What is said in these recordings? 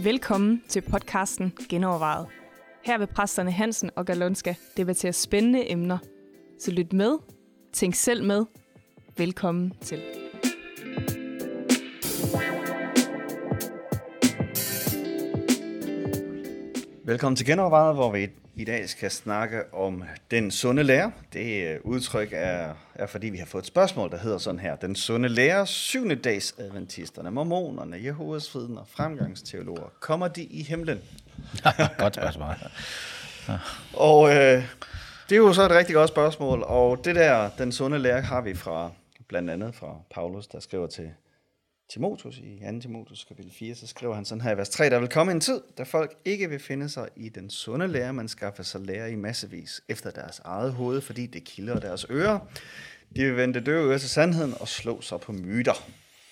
Velkommen til podcasten Genovervejet. Her vil præsterne Hansen og Galonska debattere spændende emner. Så lyt med, tænk selv med. Velkommen til. Velkommen til Genovervejet, hvor vi i dag skal snakke om den sunde lære. Det udtryk er fordi vi har fået et spørgsmål, der hedder sådan her. Den sunde lære, 7. dags adventisterne, mormonerne, Jehovas vidner, fremgangsteologer. Kommer de i himlen? Godt spørgsmål. Og det er jo så et rigtig godt spørgsmål. Og det der, den sunde lære, har vi fra blandt andet fra Paulus, der skriver til Timotheus i 2. Timotheus kapitel 4, så skriver han sådan her i vers 3, der vil komme en tid, da folk ikke vil finde sig i den sunde lære, man skaffer sig lære i massevis efter deres eget hoved, fordi det kilder deres ører. De vil vende døve ører til sandheden og slå sig på myter.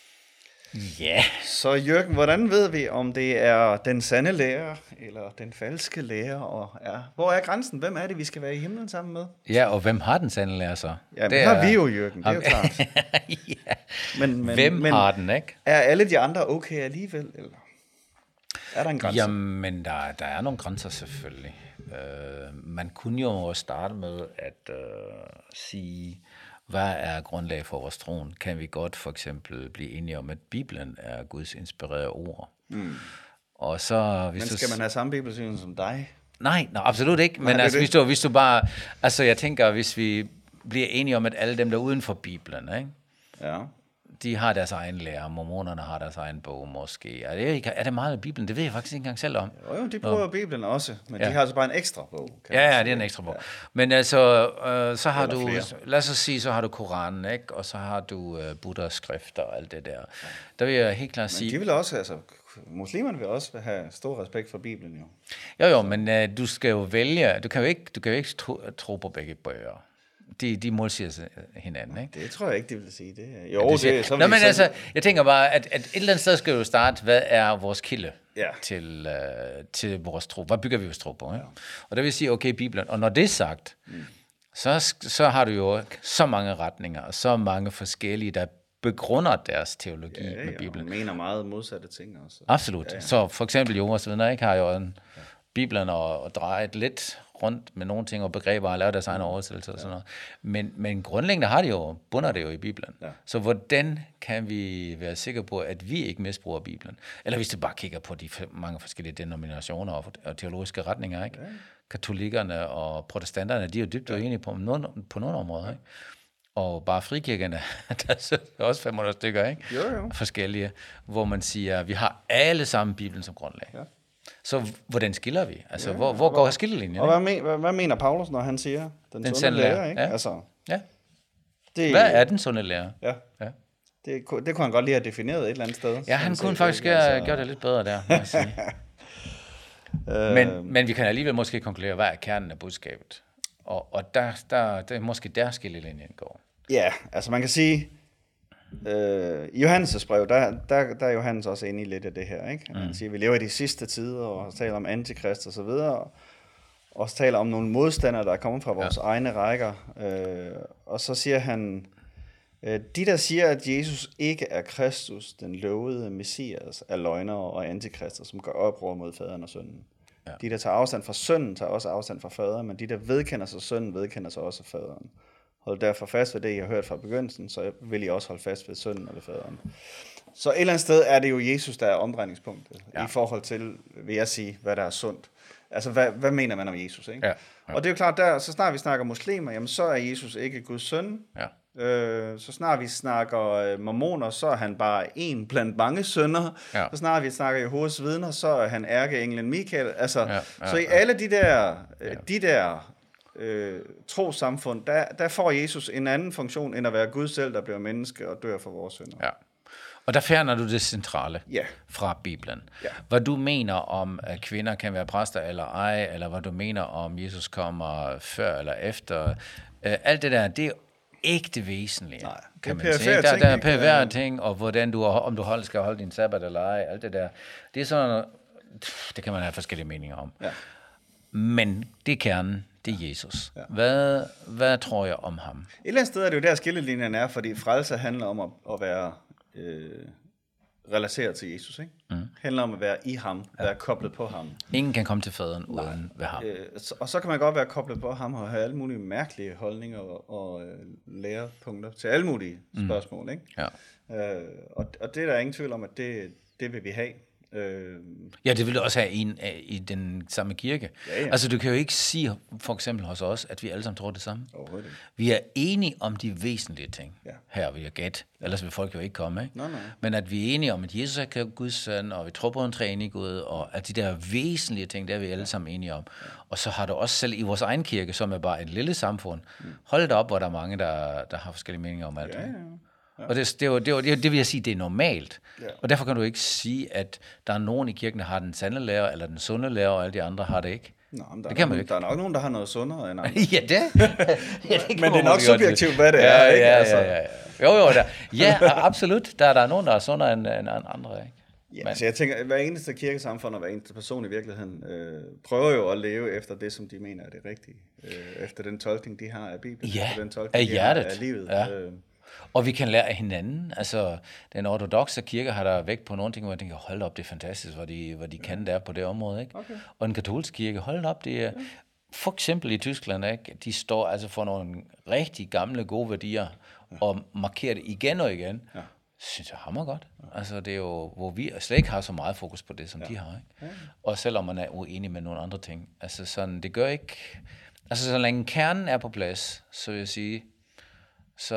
Ja. Så Jørgen, hvordan ved vi, om det er den sande lære eller den falske lære? Og hvor er grænsen? Hvem er det, vi skal være i himlen sammen med? Ja, og hvem har den sande lære så? Ja, det har vi jo, Jørgen, det er jo klart. Ja. Hvem har den, ikke? Er alle de andre okay alligevel, eller er der en grænse? Jamen, der er nogle grænser selvfølgelig. Man kunne jo starte med at sige, hvad er grundlag for vores troen? Kan vi godt for eksempel blive enige om, at Bibelen er Guds inspirerede ord? Mm. Og så, men skal man have samme bibelsyn som dig? Nej, absolut ikke. Men altså, hvis du bare... Altså, jeg tænker, hvis vi bliver enige om, at alle dem, der er uden for Bibelen, ikke? Ja. De har deres egen lære, mormonerne har deres egen bog måske. Er det meget af Bibelen? Det ved jeg faktisk ikke engang selv om. Jo, de bruger Bibelen også, men de har altså bare en ekstra bog. Ja, det er en ekstra bog. Ja. Men altså, så har du, lad os sige, så har du Koranen, ikke? Og så har du Buddhas skrifter og alt det der. Der vil jeg helt klart sige... Men de vil også, altså, muslimerne vil også have stor respekt for Bibelen, jo. Jo, men du skal jo vælge, du kan jo ikke tro på begge bøger. De modsiger hinanden, ikke? Det tror jeg ikke, de vil sige. Jeg tænker bare, at et eller andet sted skal du starte, hvad er vores kilde til vores tro? Hvad bygger vi vores tro på? Ikke? Ja. Og der vil sige, okay, Bibelen. Og når det er sagt, så har du jo så mange retninger, og så mange forskellige, der begrunder deres teologi med Bibelen. Og mener meget modsatte ting også. Absolut. Ja. Så for eksempel Jehovas vidner, ikke, har jo en Bibelen og drejet lidt rundt med nogle ting og begreber og lavet deres egne oversættelser og sådan noget. Men grundlæggende bunder det jo i Bibelen. Ja. Så hvordan kan vi være sikre på, at vi ikke misbruger Bibelen? Eller hvis du bare kigger på de mange forskellige denominationer og teologiske retninger, ikke? Ja. Katolikkerne og protestanterne, de er jo dybt uenige på nogle områder, ikke? Og bare frikirkerne, der er også 500 stykker, ikke? Jo. Forskellige, hvor man siger, at vi har alle sammen Bibelen som grundlag. Ja. Så hvordan skiller vi? Altså, hvor går skillelinjen? Og hvad mener Paulus, når han siger den sunde lære? Ikke? Ja. Altså, hvad er den sunde lære? Ja. Det kunne han godt lige have defineret et eller andet sted. Ja, han kunne faktisk gøre det lidt bedre der, må jeg sige. Men vi kan alligevel måske konkludere, hvad er kernen af budskabet? Og der er måske der skillelinjen går. Ja, altså man kan sige... I Johannes' brev, der er Johannes også inde i lidt af det her, ikke? Han siger, at vi lever i de sidste tider, og taler om antikrist og så videre, og også taler om nogle modstandere, der er kommet fra vores egne rækker. Og så siger han, de der siger, at Jesus ikke er Kristus, den lovede Messias, er løgnere og antikrister, som gør oprør mod faderen og sønnen. Ja. De der tager afstand fra sønnen, tager også afstand fra faderen, men de der vedkender sig sønnen, vedkender sig også faderen. Hold derfor fast ved det, I har hørt fra begyndelsen, så vil I også holde fast ved sønnen eller faderen. Så et eller andet sted er det jo Jesus, der er omdrejningspunktet i forhold til, vil jeg sige, hvad der er sundt. Altså, hvad mener man om Jesus, ikke? Ja. Og det er jo klart, så snart vi snakker muslimer, jamen så er Jesus ikke Guds søn. Ja. Så snart vi snakker mormoner, så er han bare en blandt mange sønner. Ja. Så snart vi snakker Jehovas vidner, så er han ærkeenglen Mikael. Altså, så i alle de der trossamfund, der får Jesus en anden funktion, end at være Gud selv, der bliver menneske og dør for vores synder. Ja. Og der fjerner du det centrale fra Bibelen. Ja. Hvad du mener om, at kvinder kan være præster eller ej, eller hvad du mener om, Jesus kommer før eller efter. Alt det der, det er ikke det væsentlige. Nej, kan man sige. Der er perifære ting, og hvordan om du skal holde din sabbat eller ej, alt det der. Det er sådan, det kan man have forskellige meninger om. Ja. Men det er kernen. Det er Jesus. Ja. Hvad tror jeg om ham? Et eller andet sted er det jo der skillelinjen er, fordi frelse handler om at være relateret til Jesus, ikke? Handler om at være i ham, være koblet på ham. Ingen kan komme til faderen uden ved ham. Og så kan man godt være koblet på ham og have alle mulige mærkelige holdninger og lærepunkter til alle mulige spørgsmål, ikke? Ja. Og det er der ingen tvivl om, at det vil vi have. Ja, det vil du også have i den samme kirke. Ja. Altså, du kan jo ikke sige, for eksempel hos os, at vi alle sammen tror det samme. Overhovedet ikke. Vi er enige om de væsentlige ting. Ja. Her vil jeg gætte, ellers vil folk jo ikke komme, ikke? Nej. Men at vi er enige om, at Jesus er Guds søn, og vi tror på en træning Gud, og at de der væsentlige ting, der er vi alle sammen enige om. Og så har du også selv i vores egen kirke, som er bare et lille samfund, hold det op, hvor der er mange, der har forskellige meninger om alt. Ja. Og det vil jeg sige, det er normalt. Ja. Og derfor kan du ikke sige, at der er nogen i kirken, der har den sande lærer, eller den sunde lærer, og alle de andre har det ikke. Nå, men det kan man jo ikke. Der er nok nogen, der har noget sundere end andre. Ja, det Men det er nok subjektivt, hvad det er, ikke? Ja. Jo, ja, absolut. Der er nogen, der er sundere end andre, ikke? Ja, altså jeg tænker, at hver eneste kirkesamfund og hver eneste person i virkeligheden prøver jo at leve efter det, som de mener er det rigtige. Efter den tolkning, de har af Bibelen. Ja, efter den tolkning, af hjertet. De har af livet. Ja. Og vi kan lære af hinanden. Altså, den ortodokse kirke har der vægt på nogle ting, hvor jeg tænker, hold op, det er fantastisk, hvor de kan der på det område, ikke? Okay. Og den katolske kirke, hold op, det er for eksempel i Tyskland, ikke? De står altså for nogle rigtig gamle, gode værdier, og markerer det igen og igen. Ja. Synes jeg hammer godt. Altså, det er jo, hvor vi slet ikke har så meget fokus på det, som de har, ikke? Og selvom man er uenig med nogle andre ting. Altså, sådan, det gør ikke... Altså, så længe kernen er på plads, så vil jeg sige... Så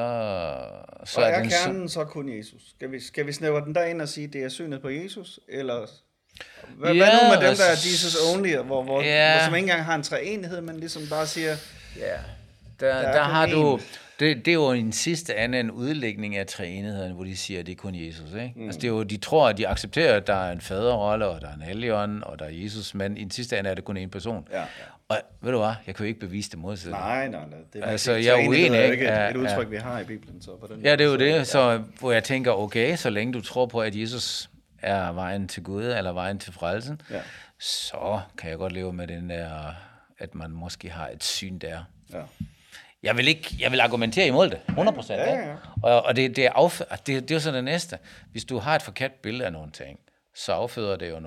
er den kernen så kun Jesus? Skal vi snævre den derind og sige, det er synet på Jesus? Eller hvad nu med dem, der er Jesus only, hvor som ikke engang har en treenighed, men ligesom bare siger... Ja, der har du... Det er jo en sidste anden udlægning af treenigheden, hvor de siger, at det er kun Jesus, ikke? Altså, det er jo, de tror, at de accepterer, at der er en faderrolle, og der er en helligånd, og der er Jesus, men i en sidste ende er det kun en person. Ja. Og ved du hvad, jeg kan jo ikke bevise det modsatte. Nej. Det er altså, jeg er uenig, ikke? Det er et udtryk, vi har i Bibelen. Så på den det er jo det, så hvor jeg tænker, okay, så længe du tror på, at Jesus er vejen til Gud, eller vejen til frelsen, så kan jeg godt leve med den der, at man måske har et syn der. Ja. Jeg vil argumentere imod det, 100%. Ja. Og det er jo sådan det næste. Hvis du har et forkert billede af nogle ting, så afføder det jo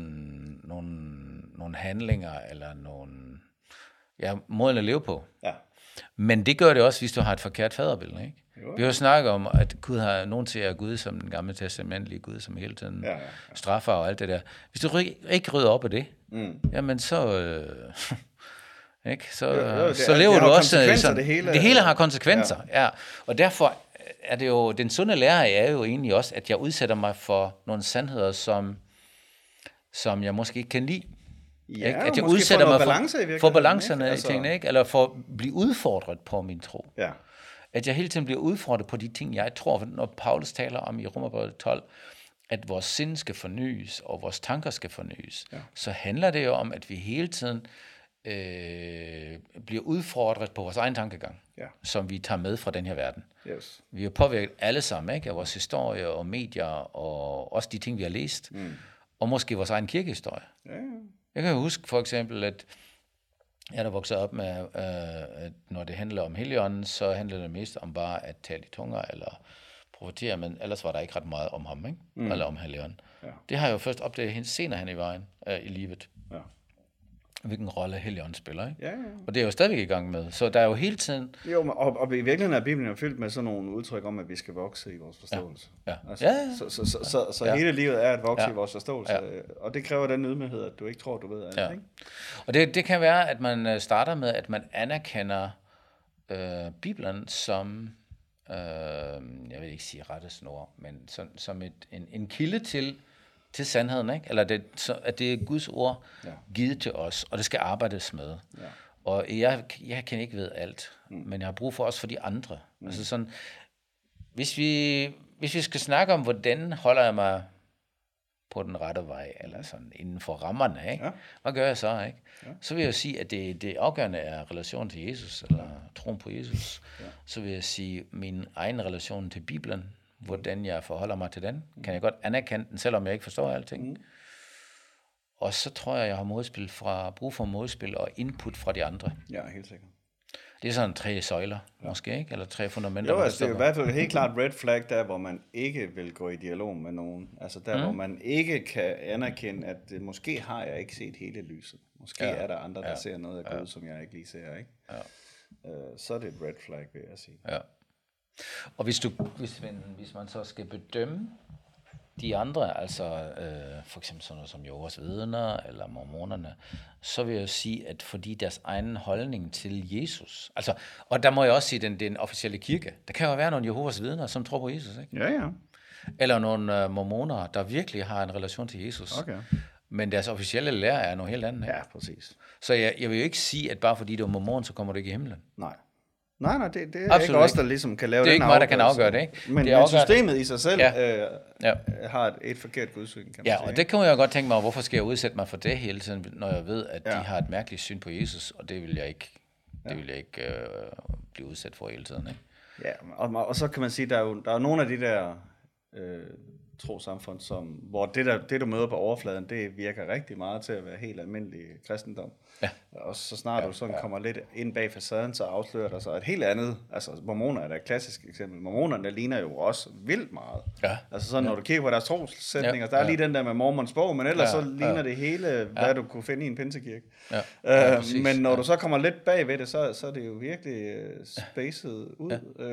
nogle handlinger, eller nogle måden at leve på. Ja. Men det gør det også, hvis du har et forkert faderbillede, ikke? Jo. Vi har jo snakket om, at Gud har nogen til at Gud som den gamle testamentlige Gud, som hele tiden straffer og alt det der. Hvis du ikke rydder op af det, jamen så... Ikke? Så lever du også sådan, det hele har konsekvenser. Ja. Og derfor er det jo, den sunde lære er jo egentlig også, at jeg udsætter mig for nogle sandheder, som jeg måske ikke kan lide. Ja, ikke? At jeg udsætter mig for balancerne altså... i tingene, ikke? Eller for at blive udfordret på min tro. Ja. At jeg hele tiden bliver udfordret på de ting, jeg tror, når Paulus taler om i Romerbrevet 12, at vores sind skal fornyes, og vores tanker skal fornyes, så handler det jo om, at vi hele tiden bliver udfordret på vores egen tankegang, som vi tager med fra den her verden. Yes. Vi er påvirket alle sammen, ikke? Af vores historie og medier, og også de ting, vi har læst, og måske vores egen kirkehistorie. Jeg kan jo huske for eksempel, at jeg der voksede op med, at når det handler om Helligånden, så handler det mest om bare at tale i tunger, eller profetere, men ellers var der ikke ret meget om ham, ikke? Eller om Helligånden. Ja. Det har jeg jo først opdaget senere hen i vejen, i livet. Ja. Hvilken rolle Helligånden spiller, ikke? Ja. Og det er jo stadigvæk i gang med. Så der er jo hele tiden... Jo, og i virkeligheden er Bibelen jo fyldt med sådan nogle udtryk om, at vi skal vokse i vores forståelse. Ja. Altså, så hele livet er at vokse i vores forståelse. Ja. Og det kræver den ydmyghed, at du ikke tror, du ved alt, ikke? Og det kan være, at man starter med, at man anerkender Bibelen som... jeg vil ikke sige rettesnor, men som en kilde til sandheden, ikke? Eller at det er Guds ord givet til os, og det skal arbejdes med. Ja. Og jeg kan ikke vide alt, men jeg har brug for også for de andre. Altså sådan, hvis vi skal snakke om, hvordan holder jeg mig på den rette vej, eller sådan inden for rammerne, ikke? Ja. Hvad gør jeg så, ikke? Ja. Så vil jeg sige, at det afgørende er relation til Jesus, eller troen på Jesus. Ja. Så vil jeg sige, min egen relation til Bibelen, hvordan jeg forholder mig til den, kan jeg godt anerkende den, selvom jeg ikke forstår alting. Og så tror jeg har brug for modspil og input fra de andre. Ja, helt sikkert. Det er sådan 3 søjler, måske, ikke? Eller 3 fundamenter. Jo, altså det er i hvert fald helt klart red flag, der hvor man ikke vil gå i dialog med nogen. Altså der, hvor man ikke kan anerkende, at måske har jeg ikke set hele lyset. Måske er der andre, der ser noget af Gud, som jeg ikke lige ser, ikke? Ja. Så er det et red flag, vil jeg sige. Ja. Og hvis man så skal bedømme de andre, altså for eksempel sådan noget som Jehovas vidner eller mormonerne, så vil jeg sige, at fordi deres egen holdning til Jesus, altså, og der må jeg også sige, den officielle kirke, der kan jo være nogle Jehovas vidner, som tror på Jesus, ikke? Ja, ja. Eller nogle mormoner, der virkelig har en relation til Jesus. Okay. Men deres officielle lære er noget helt andet, ikke? Ja, præcis. Så jeg vil jo ikke sige, at bare fordi du er mormon, så kommer du ikke i himlen. Nej, det er ikke os, der ligesom kan lave den afgørelse. Det er ikke mig, der kan afgøre det, ikke? Men systemet i sig selv har et forkert gudsyn, kan man sige. Ja, og det kan jeg godt tænke mig, hvorfor skal jeg udsætte mig for det hele tiden, når jeg ved, at de har et mærkeligt syn på Jesus, og det vil jeg ikke blive udsat for hele tiden, ikke? Ja, og så kan man sige, der er nogle af de der trosamfund, hvor det du møder på overfladen, det virker rigtig meget til at være helt almindelig kristendom. Ja. Og så snart du sådan kommer lidt ind bag facaden, så afslører der så et helt andet. Altså mormoner er da et klassisk eksempel. Mormonerne ligner jo også vildt meget. Ja. Altså sådan, når du kigger på deres trossætninger, der er lige den der med Mormons bog, men ellers så ligner det hele, hvad du kunne finde i en pinsekirke. Ja. Men når du så kommer lidt bag ved det, så er det jo virkelig spacet ud.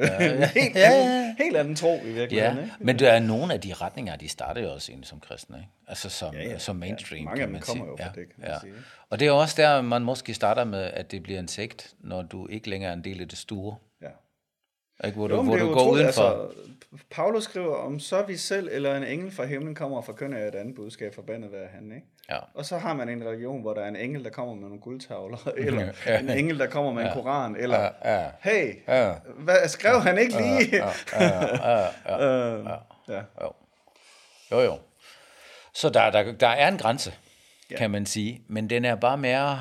Helt anden tro i virkeligheden. Ja. Men der er nogle af de retninger, de starter jo også ind som kristne, ikke? Altså som mainstream, mange af dem kommer jo fra det, kan man sige. Og det er også der, man måske starter med, at det bliver en sekt, når du ikke længere er en del af det store. Ja. Ikke, hvor du går udenfor. Altså, Paulus skriver, om så vi selv eller en engel fra himlen kommer og forkynder et andet budskab, forbandet være han, ikke? Ja. Og så har man en religion, hvor der er en engel, der kommer med nogle guldtavler, eller en engel, der kommer med en koran, eller hey, hvad skrev han ikke lige? Jo. Så der er en grænse, kan man sige, men den er bare mere,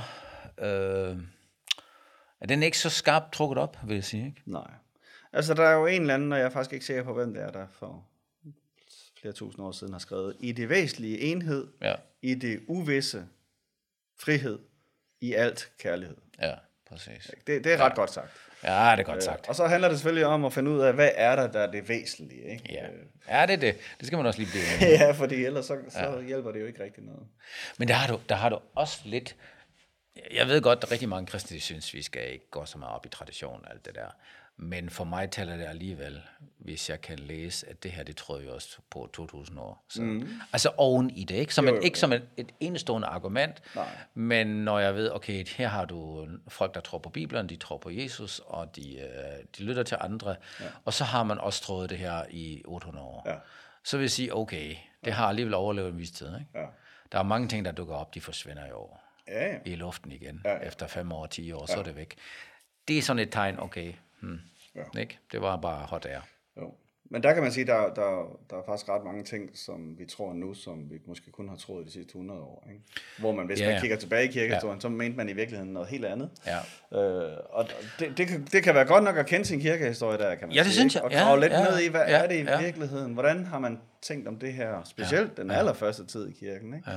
den er ikke så skarpt trukket op, vil jeg sige, ikke? Nej. Altså, der er jo en eller anden, og jeg er faktisk ikke sikker på, hvem det er, der for flere tusind år siden har skrevet, i det væsentlige enhed, i det uvisse frihed, i alt kærlighed. Ja, præcis. Det er ret godt sagt. Ja, det er godt sagt. Og så handler det selvfølgelig om at finde ud af, hvad er der er det væsentlige, ikke? Ja, det er det. Det skal man også lige blive. Ja, fordi ellers så hjælper det jo ikke rigtig noget. Men der har du også lidt. Jeg ved godt, at rigtig mange kristne synes, vi skal ikke gå så meget op i tradition og alt det der. Men for mig taler det alligevel, hvis jeg kan læse, at det her, det tror jeg også på 2000 år. Så, altså oven i det, ikke? Ikke som et enestående argument, men når jeg ved, okay, her har du folk, der tror på Bibelen, de tror på Jesus, og de lytter til andre, og så har man også troet det her i 800 år. Ja. Så vil jeg sige, okay, det har alligevel overlevet en vis tid, ikke? Ja. Der er mange ting, der dukker op, de forsvinder jo i luften igen. Efter 5 år, 10 år, så er det væk. Det er sådan et tegn, okay, ikke? Det var bare hot air. Jo. Men der kan man sige, der er faktisk ret mange ting, som vi tror nu, som vi måske kun har troet de sidste 100 år. Ikke? Hvor man, hvis man kigger tilbage i kirkehistorien, så mente man i virkeligheden noget helt andet. Ja. Og det kan være godt nok at kende sin kirkehistorie der, kan man sige. Det synes jeg. Og grave lidt ned i, hvad er det i virkeligheden? Hvordan har man tænkt om det her? Specielt den allerførste tid i kirken. Ikke?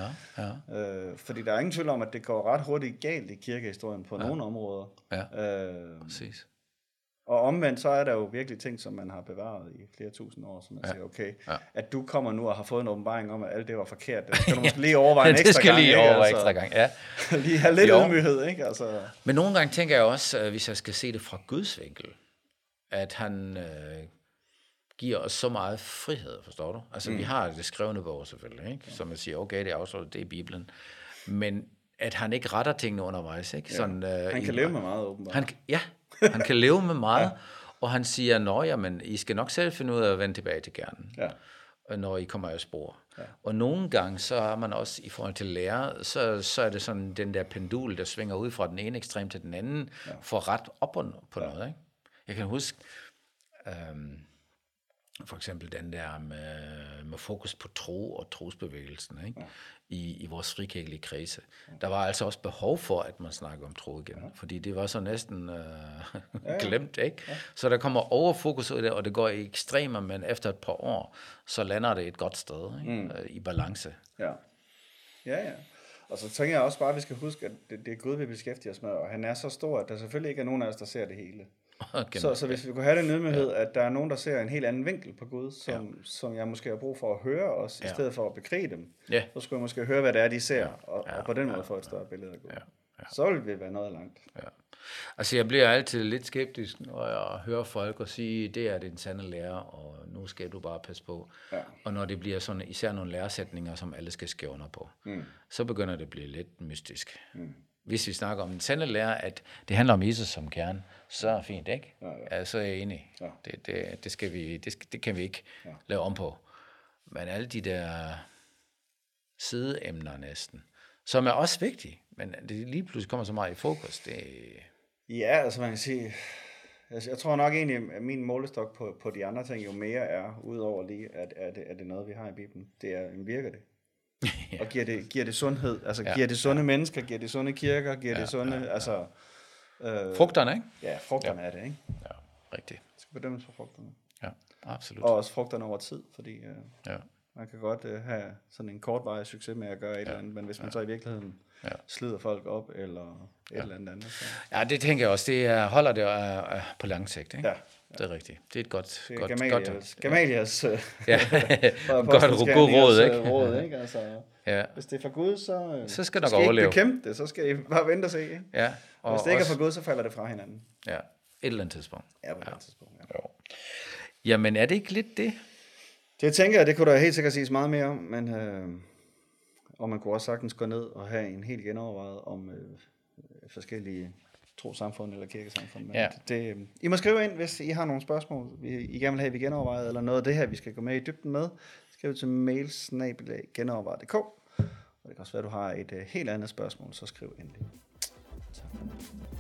Fordi der er ingen tvivl om, at det går ret hurtigt galt i kirkehistorien på nogle områder. Præcis. Og omvendt, så er der jo virkelig ting, som man har bevaret i flere tusind år, som man siger, okay, at du kommer nu og har fået en åbenbaring om, at alt det var forkert, det skal du måske lige overveje en ekstra gang. Det skal lige overveje ekstra gang, lige have lidt ydmyghed, ikke? Altså. Men nogle gange tænker jeg også, hvis jeg skal se det fra Guds vinkel, at han giver os så meget frihed, forstår du? Altså, vi har det skrevne bog selvfølgelig, ikke? Som jeg siger, okay, det er afsluttet, det er Bibelen, men at han ikke retter tingene undervejs, ikke? Sådan, han kan leve med meget, åbenbart. Han kan leve med meget, og han siger, men I skal nok selv finde ud af at vende tilbage til kernen, når I kommer af spor. Ja. Og nogle gange, så er man også i forhold til lære, så er det sådan den der pendul, der svinger ud fra den ene ekstrem til den anden, for ret op på noget. Ikke? Jeg kan huske, for eksempel den der med fokus på tro og trosbevægelsen, ikke? I vores frikirkelige kredse. Der var altså også behov for, at man snakker om tro igen, fordi det var så næsten glemt, ikke? Ja. Så der kommer overfokus ud af det, og det går i ekstremer, men efter et par år, så lander det et godt sted, ikke? I balance. Ja. Og så tænker jeg også bare, at vi skal huske, at det er Gud, vi beskæftiger os med, og han er så stor, at der selvfølgelig ikke er nogen af os, der ser det hele. Så hvis vi kunne have den ydmyghed, at der er nogen, der ser en helt anden vinkel på Gud, som jeg måske har brug for at høre os, i stedet for at bekrige dem, så skulle jeg måske høre, hvad det er, de ser, og på den måde få et større billede af Gud. Så vil vi være noget langt. Ja. Altså jeg bliver altid lidt skeptisk, når jeg hører folk og sige, det er den sande lære, og nu skal du bare passe på. Ja. Og når det bliver sådan, især nogle læresætninger, som alle skal skrive under på, så begynder det at blive lidt mystisk. Hvis vi snakker om den sande lære, at det handler om Jesus som kerne, så er det fint, ikke? Ja, så er jeg enig. Ja. Det kan vi ikke lave om på. Men alle de der sideemner næsten, som er også vigtige, men det lige pludselig kommer så meget i fokus, det... Ja, altså man kan sige, jeg tror nok egentlig, at min målestok på de andre ting jo mere er, udover lige, at er det noget, vi har i Bibelen, det er, virker det? Og giver det sundhed, altså giver det sunde mennesker, giver det sunde kirker, giver det sunde, altså... frugterne, ikke? Ja, frugterne er det, ikke? Ja, rigtigt. Det skal bedømmes for frugterne. Ja, absolut. Og også frugterne over tid, fordi man kan godt have sådan en kortvarig succes med at gøre et eller andet, men hvis man så i virkeligheden slider folk op, eller et eller andet. Så. Ja, det tænker jeg også, det holder det på lang sigt, ikke? Ja. Det er rigtigt. Det er et godt... Gamalias god råd, ikke? Råd, ikke? Altså, hvis det er for Gud, så skal der overleve. Ikke bekæmpe det, så skal I bare vente og se, ikke? Ja. Og hvis det ikke er for Gud, så falder det fra hinanden. Ja, et eller andet tidspunkt. Ja, på et eller andet tidspunkt, Jamen, er det ikke lidt det? Det tænker jeg, det kunne der helt sikkert siges meget mere om, men og man kunne også sagtens gå ned og have en helt genovervejet om forskellige trossamfund eller kirkesamfund. Men I må skrive ind, hvis I har nogle spørgsmål, I gerne vil have, vi genovervejet, eller noget af det her, vi skal gå med i dybden med. Skriv til mail@genovervejet.dk, og det kan også være, at du har et helt andet spørgsmål, så skriv endelig. Tak.